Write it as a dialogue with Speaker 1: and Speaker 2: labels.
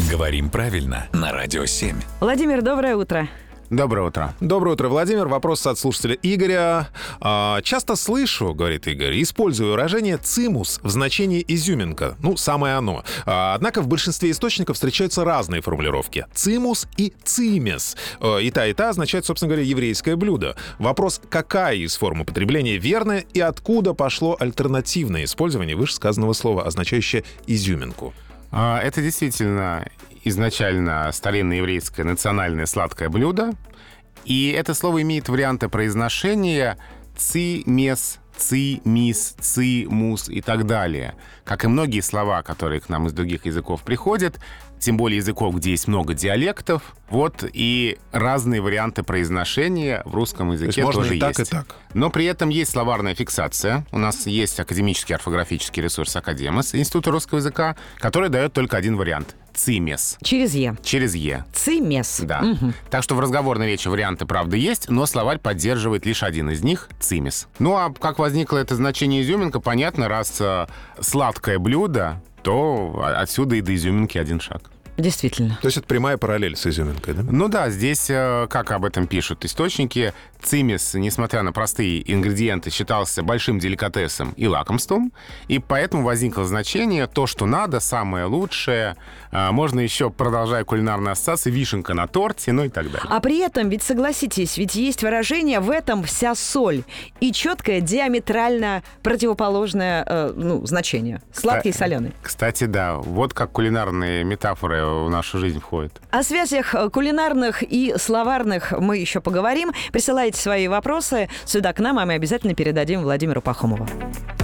Speaker 1: Говорим правильно на Радио 7.
Speaker 2: Владимир, доброе утро.
Speaker 3: Доброе утро.
Speaker 4: Доброе утро, Владимир. Вопрос от слушателя Игоря. Часто слышу, говорит Игорь, использую выражение «цимус» в значении «изюминка». Ну, самое оно. Однако в большинстве источников встречаются разные формулировки. «Цимус» и «цимес». И та означает, собственно говоря, еврейское блюдо. Вопрос, какая из форм употребления верная и откуда пошло альтернативное использование вышесказанного слова, означающее «изюминку»?
Speaker 3: Это действительно изначально старинное еврейское национальное сладкое блюдо. И это слово имеет варианты произношения «ци-мес», «ци-мис», «ци-мус» и так далее. Как и многие слова, которые к нам из других языков приходят, тем более языков, где есть много диалектов, вот и разные варианты произношения в русском языке
Speaker 4: можно
Speaker 3: тоже
Speaker 4: и так,
Speaker 3: есть.
Speaker 4: и так.
Speaker 3: Но при этом есть словарная фиксация. У нас есть академический орфографический ресурс «Академос» Института русского языка, который дает только один вариант — «цимес».
Speaker 2: Через «е».
Speaker 3: Через «е».
Speaker 2: Цимес.
Speaker 3: Да. Так что в разговорной речи варианты, правда, есть, но словарь поддерживает лишь один из них — «цимес». Ну а как возникло это значение изюминка, понятно, раз сладкое блюдо, то отсюда и до изюминки один шаг.
Speaker 2: Действительно.
Speaker 4: То есть это прямая параллель с изюминкой, да?
Speaker 3: Ну да, здесь, как об этом пишут источники, цимес, несмотря на простые ингредиенты, считался большим деликатесом и лакомством, и поэтому возникло значение «то, что надо, самое лучшее». Можно еще, продолжая кулинарные ассоциации, вишенка на торте, ну и так далее.
Speaker 2: А при этом, ведь согласитесь, ведь есть выражение «в этом вся соль» и четкое диаметрально противоположное значение. Сладкий и соленый.
Speaker 3: Кстати, да, вот как кулинарные метафоры в нашу жизнь входят.
Speaker 2: О связях кулинарных и словарных мы еще поговорим. Присылайте свои вопросы сюда к нам, а мы обязательно передадим Владимиру Пахомову.